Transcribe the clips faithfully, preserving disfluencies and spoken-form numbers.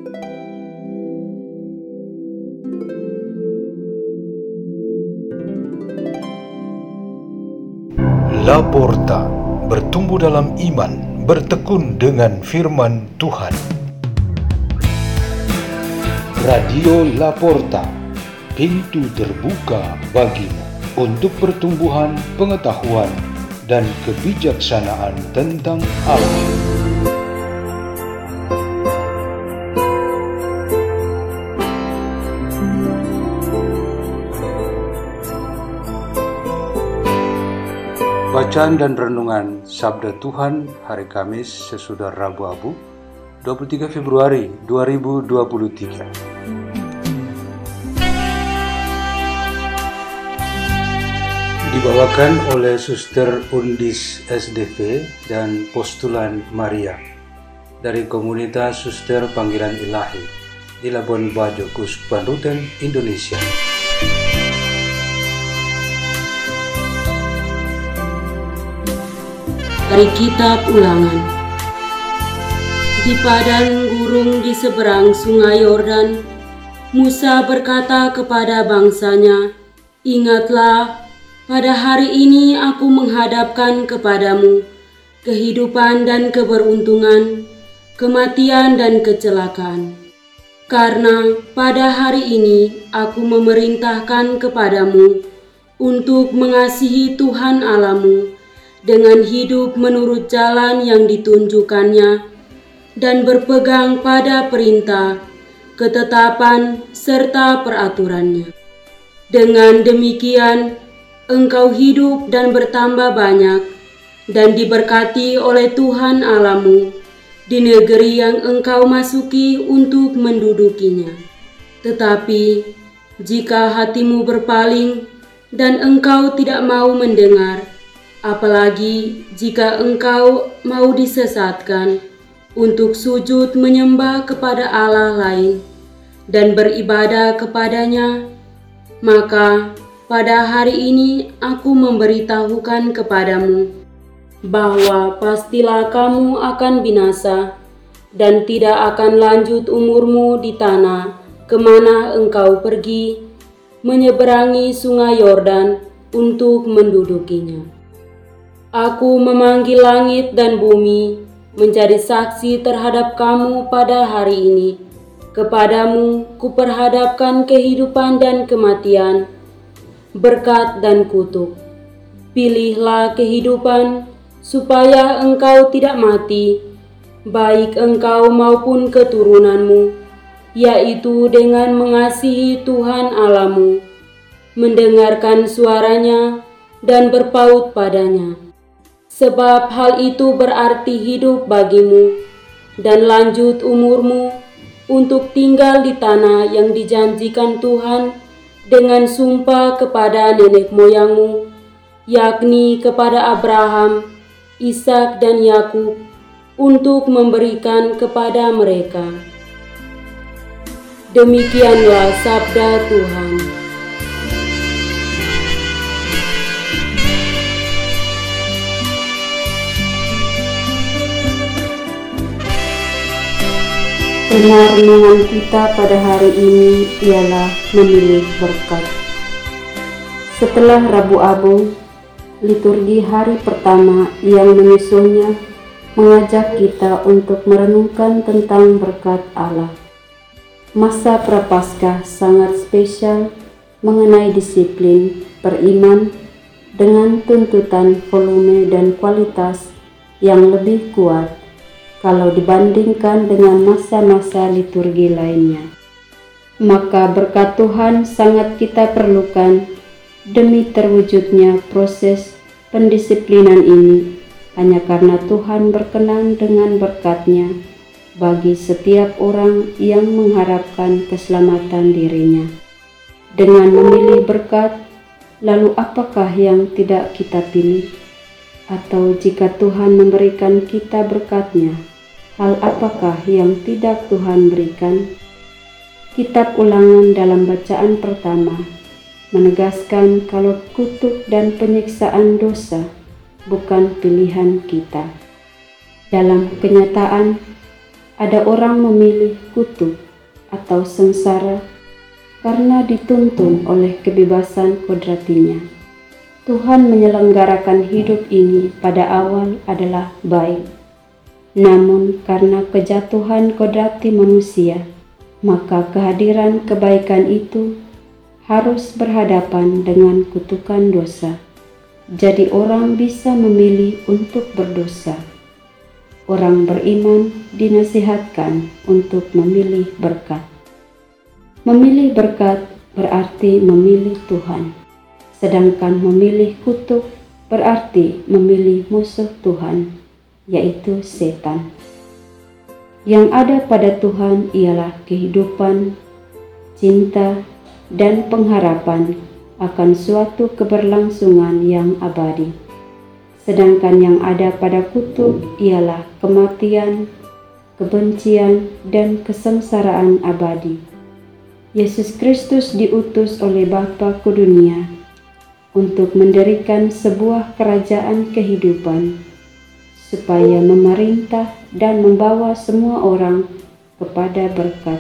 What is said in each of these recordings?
Laporta, bertumbuh dalam iman, bertekun dengan firman Tuhan. Radio Laporta, pintu terbuka bagimu untuk pertumbuhan pengetahuan dan kebijaksanaan tentang Allah. Bacaan dan renungan Sabda Tuhan hari Kamis sesudah Rabu Abu, dua puluh tiga Februari dua ribu dua puluh tiga. Dibawakan oleh Suster Undis S D V dan Postulan Maria dari Komunitas Suster Panggilan Ilahi di Labuan Bajo, Kuskupan Ruten, Indonesia. Dari Kitab Ulangan. Di padang gurun di seberang sungai Yordan, Musa berkata kepada bangsanya, "Ingatlah, pada hari ini aku menghadapkan kepadamu kehidupan dan keberuntungan, kematian dan kecelakaan. Karena pada hari ini aku memerintahkan kepadamu untuk mengasihi Tuhan Allahmu dengan hidup menurut jalan yang ditunjukkannya dan berpegang pada perintah, ketetapan, serta peraturannya. Dengan demikian, engkau hidup dan bertambah banyak dan diberkati oleh Tuhan Allahmu di negeri yang engkau masuki untuk mendudukinya. Tetapi jika hatimu berpaling dan engkau tidak mau mendengar, apalagi jika engkau mau disesatkan untuk sujud menyembah kepada Allah lain dan beribadah kepadanya, maka pada hari ini aku memberitahukan kepadamu bahwa pastilah kamu akan binasa dan tidak akan lanjut umurmu di tanah kemana engkau pergi menyeberangi sungai Yordan untuk mendudukinya. Aku memanggil langit dan bumi menjadi saksi terhadap kamu pada hari ini. Kepadamu kuperhadapkan kehidupan dan kematian, berkat dan kutuk. Pilihlah kehidupan supaya engkau tidak mati, baik engkau maupun keturunanmu, yaitu dengan mengasihi Tuhan Allahmu, mendengarkan suaranya dan berpaut padanya. Sebab hal itu berarti hidup bagimu dan lanjut umurmu untuk tinggal di tanah yang dijanjikan Tuhan dengan sumpah kepada nenek moyangmu, yakni kepada Abraham, Ishak dan Yakub, untuk memberikan kepada mereka. Demikianlah sabda Tuhan. Tema renungan kita pada hari ini ialah memilih berkat. Setelah Rabu Abu, liturgi hari pertama yang menyusulnya mengajak kita untuk merenungkan tentang berkat Allah. Masa Prapaskah sangat spesial mengenai disiplin beriman dengan tuntutan volume dan kualitas yang lebih kuat kalau dibandingkan dengan masa-masa liturgi lainnya. Maka berkat Tuhan sangat kita perlukan demi terwujudnya proses pendisiplinan ini, hanya karena Tuhan berkenan dengan berkat-Nya bagi setiap orang yang mengharapkan keselamatan dirinya. Dengan memilih berkat, lalu apakah yang tidak kita pilih? Atau jika Tuhan memberikan kita berkat-Nya, hal apakah yang tidak Tuhan berikan? Kitab Ulangan dalam bacaan pertama menegaskan kalau kutuk dan penyiksaan dosa bukan pilihan kita. Dalam kenyataan, Ada orang memilih kutuk atau sengsara karena dituntun oleh kebebasan kodratinya. Tuhan menyelenggarakan hidup ini pada awal adalah baik. Namun karena kejatuhan kodrati manusia, maka kehadiran kebaikan itu harus berhadapan dengan kutukan dosa. Jadi orang bisa memilih untuk berdosa. Orang beriman dinasihatkan untuk memilih berkat. Memilih berkat berarti memilih Tuhan, sedangkan memilih kutuk berarti memilih musuh Tuhan, yaitu setan. Yang ada pada Tuhan ialah kehidupan, cinta, dan pengharapan akan suatu keberlangsungan yang abadi. Sedangkan yang ada pada kutuk ialah kematian, kebencian, dan kesengsaraan abadi. Yesus Kristus diutus oleh Bapa ke dunia untuk mendirikan sebuah kerajaan kehidupan, supaya memerintah dan membawa semua orang kepada berkat.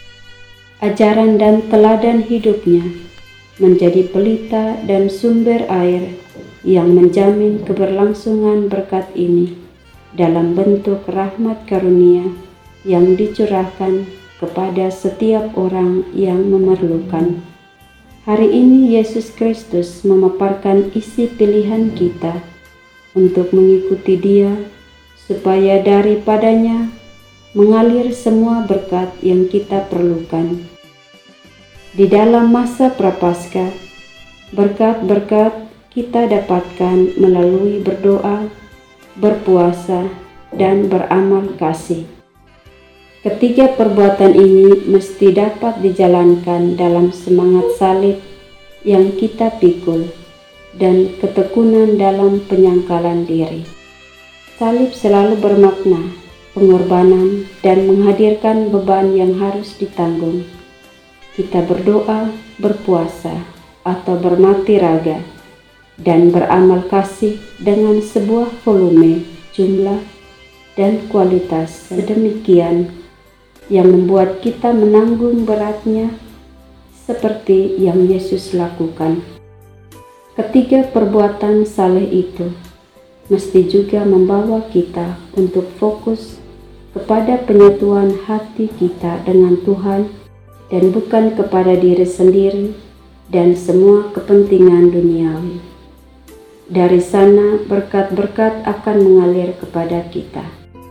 Ajaran dan teladan hidupnya menjadi pelita dan sumber air yang menjamin keberlangsungan berkat ini dalam bentuk rahmat karunia yang dicurahkan kepada setiap orang yang memerlukan. Hari ini Yesus Kristus memaparkan isi pilihan kita untuk mengikuti Dia, supaya daripadanya mengalir semua berkat yang kita perlukan. Di dalam masa prapaskah, berkat-berkat kita dapatkan melalui berdoa, berpuasa, dan beramal kasih. Ketiga perbuatan ini mesti dapat dijalankan dalam semangat salib yang kita pikul dan ketekunan dalam penyangkalan diri. Salib selalu bermakna pengorbanan dan menghadirkan beban yang harus ditanggung. Kita berdoa, berpuasa, atau bermati raga, dan beramal kasih dengan sebuah volume, jumlah, dan kualitas sedemikian yang membuat kita menanggung beratnya seperti yang Yesus lakukan. Ketiga perbuatan saleh itu mesti juga membawa kita untuk fokus kepada penyatuan hati kita dengan Tuhan dan bukan kepada diri sendiri dan semua kepentingan duniawi. Dari sana berkat-berkat akan mengalir kepada kita.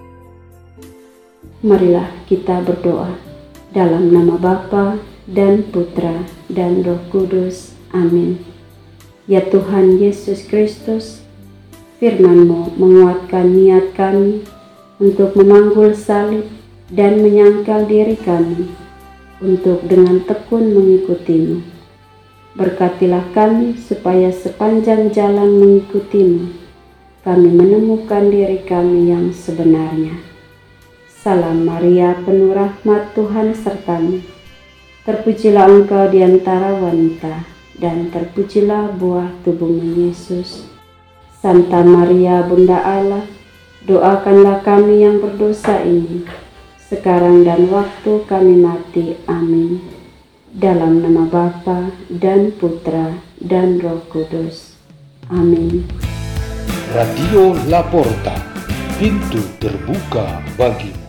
Marilah kita berdoa dalam nama Bapa dan Putra dan Roh Kudus. Amin. Ya Tuhan Yesus Kristus, firman-Mu menguatkan niat kami untuk memanggul salib dan menyangkal diri kami untuk dengan tekun mengikuti-Mu. Berkatilah kami supaya sepanjang jalan mengikuti-Mu, kami menemukan diri kami yang sebenarnya. Salam Maria, penuh rahmat, Tuhan sertamu. Terpujilah Engkau di antara wanita, dan terpujilah buah tubuh-Mu Yesus. Santa Maria, Bunda Allah, doakanlah kami yang berdosa ini, sekarang dan waktu kami mati. Amin. Dalam nama Bapa dan Putra dan Roh Kudus. Amin. Radio La Porta, pintu terbuka bagimu.